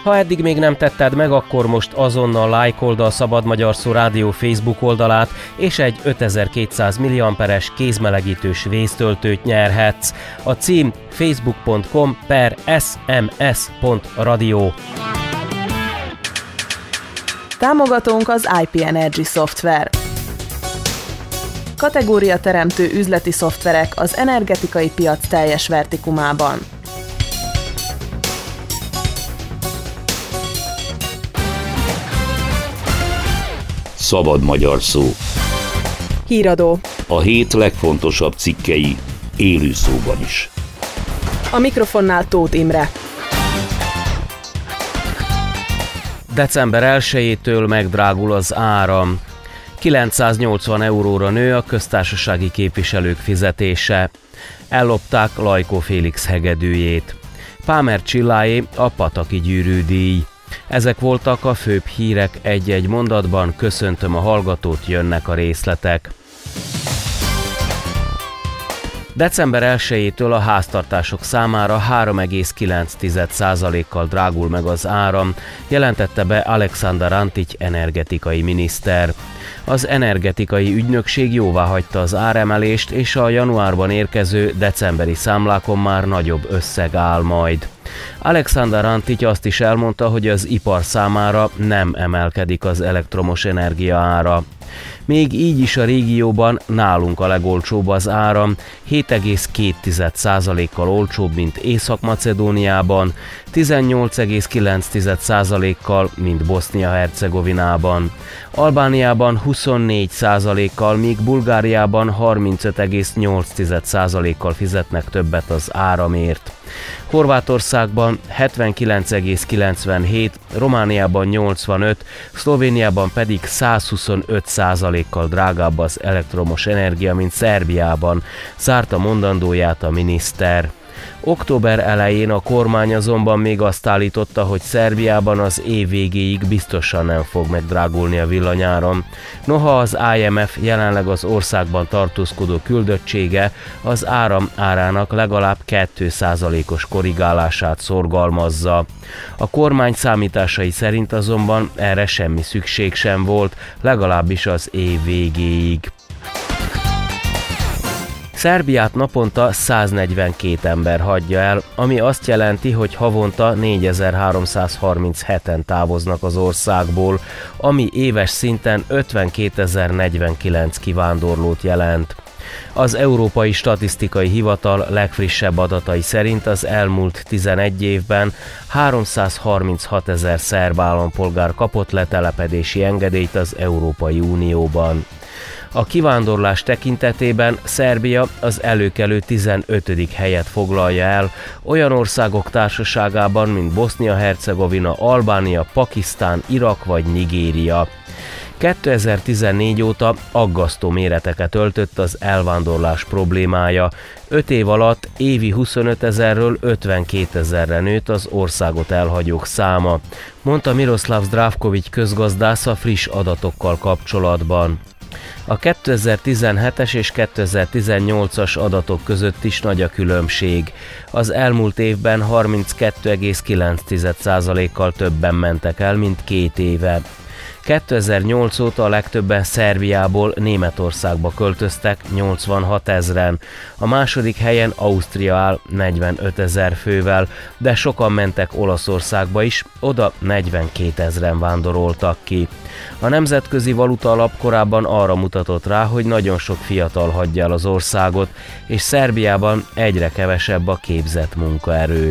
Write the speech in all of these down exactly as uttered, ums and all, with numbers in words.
Ha eddig még nem tetted meg, akkor most azonnal lájkold a Szabad Magyar Szó Rádió Facebook oldalát, és egy ötezer-kétszáz milliamperes kézmelegítős vésztöltőt nyerhetsz. A cím facebook pont com per sms pont radio. Támogatónk az i pé Energy Software. Kategóriateremtő üzleti szoftverek az energetikai piac teljes vertikumában. Szabad Magyar Szó. Híradó. A hét legfontosabb cikkei élő szóban is. A mikrofonnál Tóth Imre. december elsejétől megdrágul az áram. kilencszáznyolcvan euróra nő a köztársasági képviselők fizetése. Ellopták Lajkó Félix hegedűjét. Pámer Csilláé a Pataki gyűrűdíj. Ezek voltak a főbb hírek egy-egy mondatban, köszöntöm a hallgatót, jönnek a részletek. december elsejétől a háztartások számára három egész kilenc százalékkal drágul meg az áram, jelentette be Alexander Antics energetikai miniszter. Az energetikai ügynökség jóváhagyta az áremelést, és a januárban érkező decemberi számlákon már nagyobb összeg áll majd. Alexander Antics azt is elmondta, hogy az ipar számára nem emelkedik az elektromos energia ára. Még így is a régióban nálunk a legolcsóbb az áram, hét egész két százalékkal olcsóbb, mint Észak-Macedóniában, tizennyolc egész kilenc százalékkal, mint Bosznia-Hercegovinában. Albániában huszonnégy százalékkal, míg Bulgáriában harmincöt egész nyolc százalékkal fizetnek többet az áramért. Horvátországban hetvenkilenc egész kilencvenhét, Romániában nyolcvanöt, Szlovéniában pedig százhuszonöt százalékkal drágább az elektromos energia, mint Szerbiában, zárta mondandóját a miniszter. Október elején a kormány azonban még azt állította, hogy Szerbiában az év végéig biztosan nem fog megdrágulni a villanyáram. Noha az i em ef jelenleg az országban tartózkodó küldöttsége az áram árának legalább két százalékos korrigálását szorgalmazza. A kormány számításai szerint azonban erre semmi szükség sem volt, legalábbis az év végéig. Szerbiát naponta száznegyvenkét ember hagyja el, ami azt jelenti, hogy havonta négyezer-háromszázharmincheten távoznak az országból, ami éves szinten ötvenkétezer-negyvenkilenc kivándorlót jelent. Az Európai Statisztikai Hivatal legfrissebb adatai szerint az elmúlt tizenegy évben háromszázharminchat ezer szerb állampolgár kapott letelepedési engedélyt az Európai Unióban. A kivándorlás tekintetében Szerbia az előkelő tizenötödik helyet foglalja el olyan országok társaságában, mint Bosznia-Hercegovina, Albánia, Pakisztán, Irak vagy Nigéria. kétezer-tizennégy óta aggasztó méreteket öltött az elvándorlás problémája. öt év alatt évi huszonöt ezerről ötvenkétezerre nőtt az országot elhagyók száma, mondta Miroslav Zdravković közgazdász a friss adatokkal kapcsolatban. A kétezer-tizenhetes és kétezer-tizennyolcas adatok között is nagy a különbség. Az elmúlt évben harminckettő egész kilenc százalékkal többen mentek el, mint két éve. kétezer-nyolc óta a legtöbben Szerbiából Németországba költöztek, nyolcvanhat ezren. A második helyen Ausztria áll negyvenöt ezer fővel, de sokan mentek Olaszországba is, oda negyvenkét ezren vándoroltak ki. A Nemzetközi Valuta Alap korábban arra mutatott rá, hogy nagyon sok fiatal hagyja el az országot, és Szerbiában egyre kevesebb a képzett munkaerő.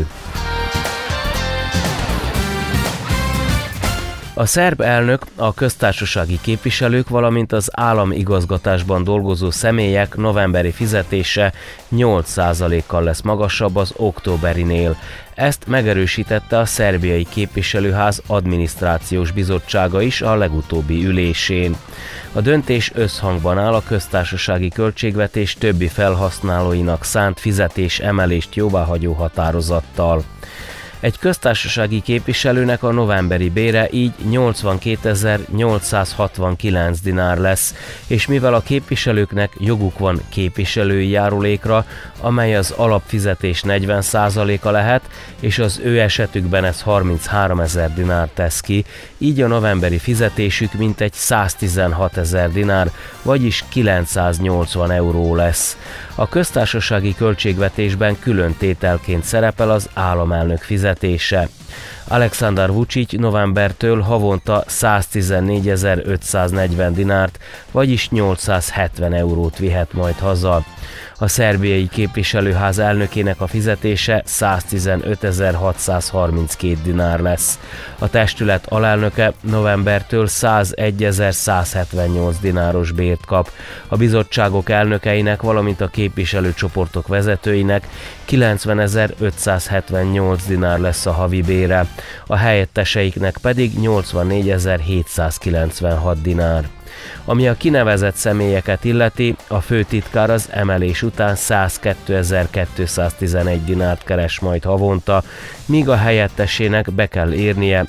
A szerb elnök, a köztársasági képviselők, valamint az államigazgatásban dolgozó személyek novemberi fizetése nyolc százalékkal lesz magasabb az októberinél. Ezt megerősítette a szerbiai képviselőház adminisztrációs bizottsága is a legutóbbi ülésén. A döntés összhangban áll a köztársasági költségvetés többi felhasználóinak szánt fizetés emelést jóváhagyó határozattal. Egy köztársasági képviselőnek a novemberi bére így nyolcvankétezer-nyolcszázhatvankilenc dinár lesz, és mivel a képviselőknek joguk van képviselői járulékra, amely az alapfizetés negyven százaléka lehet, és az ő esetükben ez harmincháromezer dinár tesz ki, így a novemberi fizetésük mintegy száztizenhatezer dinár, vagyis kilencszáznyolcvan euró lesz. A köztársasági költségvetésben külön tételként szerepel az államelnök fizetése. Alexander Vučić novembertől havonta száztizennégyezer-ötszáznegyven dinárt, vagyis nyolcszázhetven eurót vihet majd haza. A szerbiai képviselőház elnökének a fizetése száztizenötezer-hatszázharminckét dinár lesz. A testület alelnöke novembertől százegyezer-százhetvennyolc dináros bért kap. A bizottságok elnökeinek, valamint a képviselőcsoportok vezetőinek kilencvenezer-ötszázhetvennyolc dinár lesz a havi bére, a helyetteseiknek pedig nyolcvannégyezer-hétszázkilencvenhat dinár. Ami a kinevezett személyeket illeti, a főtitkár az emelés után százkétezer-kétszáztizenegy dinárt keres majd havonta, míg a helyettesének be kell érnie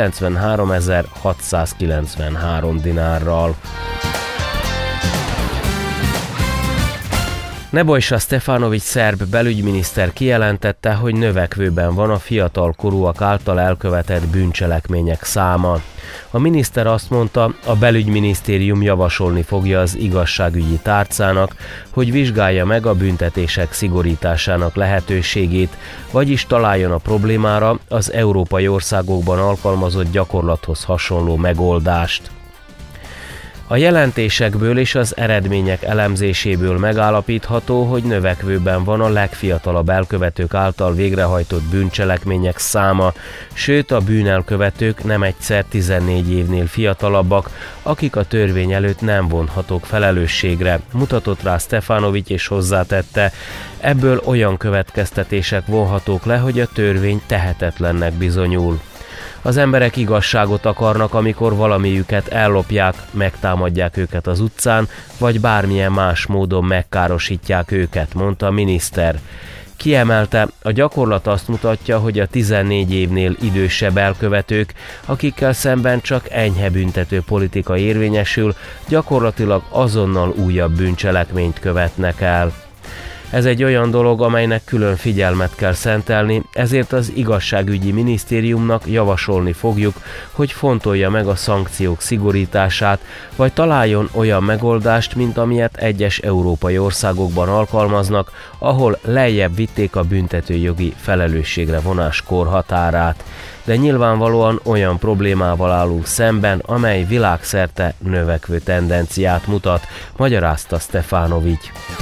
kilencvenháromezer-hatszázkilencvenhárom dinárral. Nebojsa Stefanović szerb belügyminiszter kijelentette, hogy növekvőben van a fiatalkorúak által elkövetett bűncselekmények száma. A miniszter azt mondta, a belügyminisztérium javasolni fogja az igazságügyi tárcának, hogy vizsgálja meg a büntetések szigorításának lehetőségét, vagyis találjon a problémára az európai országokban alkalmazott gyakorlathoz hasonló megoldást. A jelentésekből és az eredmények elemzéséből megállapítható, hogy növekvőben van a legfiatalabb elkövetők által végrehajtott bűncselekmények száma, sőt a bűnelkövetők nem egyszer tizennégy évnél fiatalabbak, akik a törvény előtt nem vonhatók felelősségre, mutatott rá Stefanović és hozzátette, ebből olyan következtetések vonhatók le, hogy a törvény tehetetlennek bizonyul. Az emberek igazságot akarnak, amikor valamiüket ellopják, megtámadják őket az utcán, vagy bármilyen más módon megkárosítják őket, mondta a miniszter. Kiemelte, a gyakorlat azt mutatja, hogy a tizennégy évnél idősebb elkövetők, akikkel szemben csak enyhe büntető politika érvényesül, gyakorlatilag azonnal újabb bűncselekményt követnek el. Ez egy olyan dolog, amelynek külön figyelmet kell szentelni, ezért az igazságügyi minisztériumnak javasolni fogjuk, hogy fontolja meg a szankciók szigorítását, vagy találjon olyan megoldást, mint amilyet egyes európai országokban alkalmaznak, ahol lejjebb vitték a büntetőjogi felelősségre vonás korhatárát. De nyilvánvalóan olyan problémával állunk szemben, amely világszerte növekvő tendenciát mutat, magyarázta Stefanović.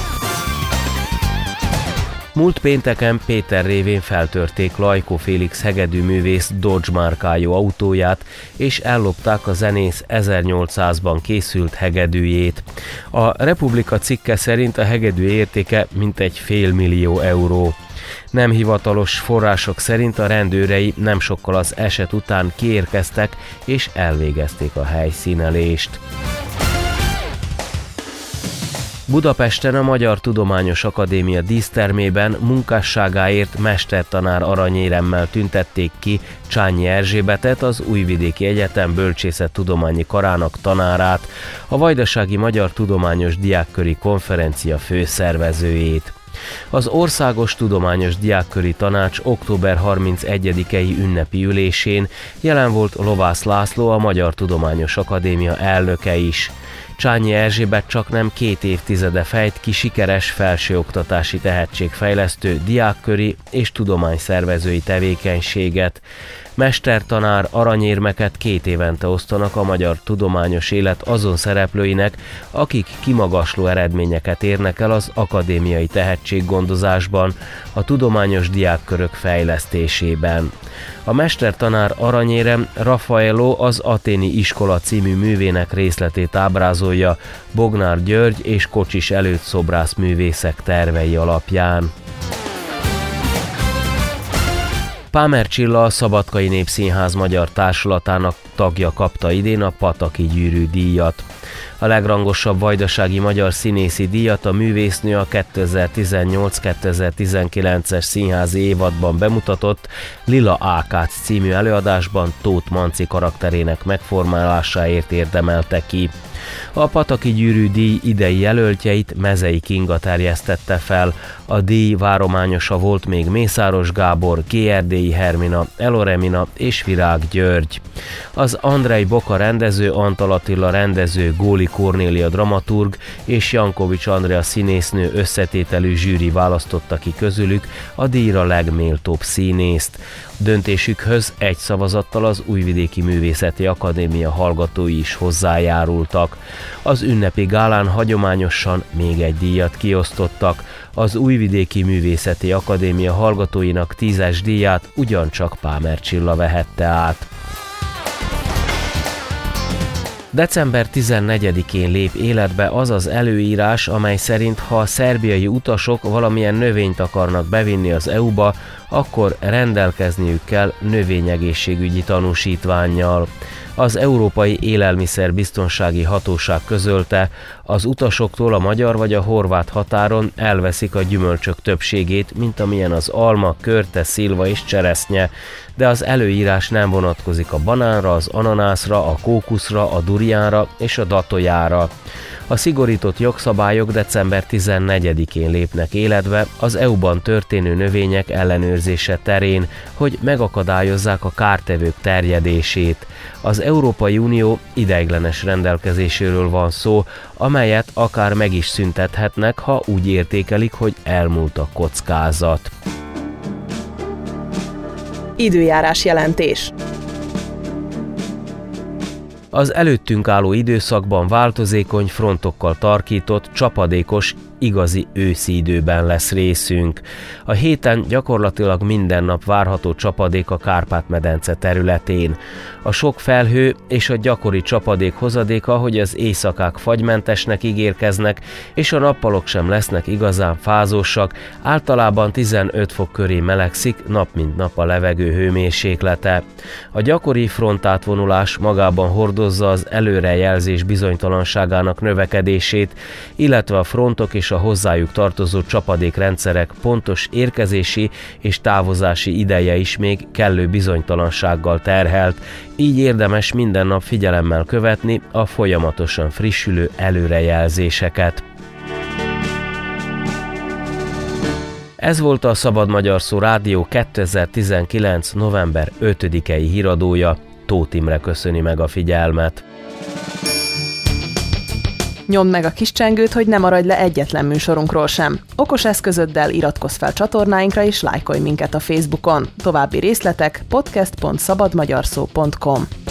Múlt pénteken Péter révén feltörték Lajko Félix hegedűművész Dodge márkájú autóját, és ellopták a zenész ezernyolcszázban készült hegedűjét. A Republika cikke szerint a hegedű értéke mintegy félmillió euró. Nem hivatalos források szerint a rendőrei nem sokkal az eset után kiérkeztek és elvégezték a helyszínelést. Budapesten a Magyar Tudományos Akadémia dísztermében munkásságáért mestertanár aranyéremmel tüntették ki Csányi Erzsébetet, az Újvidéki Egyetem bölcsészettudományi karának tanárát, a Vajdasági Magyar Tudományos Diákköri Konferencia főszervezőjét. Az Országos Tudományos Diákköri Tanács október harmincegyedikei ünnepi ülésén jelen volt Lovász László, a Magyar Tudományos Akadémia elnöke is. Csányi Erzsébet csaknem két évtizede fejt ki sikeres felsőoktatási tehetségfejlesztő diákköri és tudományszervezői tevékenységet. Mestertanár aranyérmeket két évente osztanak a magyar tudományos élet azon szereplőinek, akik kimagasló eredményeket érnek el az akadémiai tehetséggondozásban, a tudományos diákkörök fejlesztésében. A mestertanár aranyérem Raffaello az Athéni Iskola című művének részletét ábrázolja Bognár György és Kocsis előtt szobrászművészek tervei alapján. Pámer Csilla, a Szabadkai Népszínház Magyar Társulatának tagja kapta idén a Pataki Gyűrű díjat. A legrangosabb vajdasági magyar színészi díjat a művésznő a kétezer-tizennyolc kétezer-tizenkilences színházi évadban bemutatott Lila Ákác című előadásban Tóth Manci karakterének megformálásáért érdemelte ki. A Pataki Gyűrű díj idei jelöltjeit Mezei Kinga terjesztette fel. A díj várományosa volt még Mészáros Gábor, Erdélyi Hermina, Eloremina és Virág György. Az Andrei Boka rendező, Antal Attila rendező, Góli Kornélia dramaturg és Jankovics Andrea színésznő összetételű zsűri választotta ki közülük a díjra legméltóbb színészt. Döntésükhöz egy szavazattal az Újvidéki Művészeti Akadémia hallgatói is hozzájárultak. Az ünnepi gálán hagyományosan még egy díjat kiosztottak. Az Újvidéki Művészeti Akadémia hallgatóinak tízes díját ugyancsak Pámer Csilla vehette át. december tizennegyedikén lép életbe az az előírás, amely szerint ha a szerbiai utasok valamilyen növényt akarnak bevinni az é u-ba, akkor rendelkezniük kell növényegészségügyi tanúsítvánnyal. Az Európai Élelmiszerbiztonsági Hatóság közölte, az utasoktól a magyar vagy a horvát határon elveszik a gyümölcsök többségét, mint amilyen az alma, körte, szilva és cseresznye, de az előírás nem vonatkozik a banánra, az ananászra, a kókuszra, a duriánra és a datójára. A szigorított jogszabályok december tizennegyedikén lépnek életbe az é u-ban történő növények ellenőrzése terén, hogy megakadályozzák a kártevők terjedését. Az Európai Unió ideiglenes rendelkezéséről van szó, amelyet akár meg is szüntethetnek, ha úgy értékelik, hogy elmúlt a kockázat. Időjárás jelentés. Az előttünk álló időszakban változékony frontokkal tarkított, csapadékos, igazi őszi időben lesz részünk. A héten gyakorlatilag minden nap várható csapadék a Kárpát-medence területén. A sok felhő és a gyakori csapadék hozadéka, hogy az éjszakák fagymentesnek ígérkeznek, és a nappalok sem lesznek igazán fázósak, általában tizenöt fok köré melegszik nap mint nap a levegő hőmérséklete. A gyakori frontátvonulás magában hordozza az előrejelzés bizonytalanságának növekedését, illetve a frontok és a hozzájuk tartozó csapadékrendszerek pontos érkezési és távozási ideje is még kellő bizonytalansággal terhelt, így érdemes minden nap figyelemmel követni a folyamatosan frissülő előrejelzéseket. Ez volt a Szabad Magyar Szó Rádió kétezer-tizenkilenc. november ötödikei híradója. Tóth Imre köszöni meg a figyelmet. Nyomd meg a kis csengőt, hogy ne maradj le egyetlen műsorunkról sem. Okos eszközöddel iratkozz fel csatornáinkra és lájkolj minket a Facebookon. További részletek podcast pont szabadmagyarszó pont com.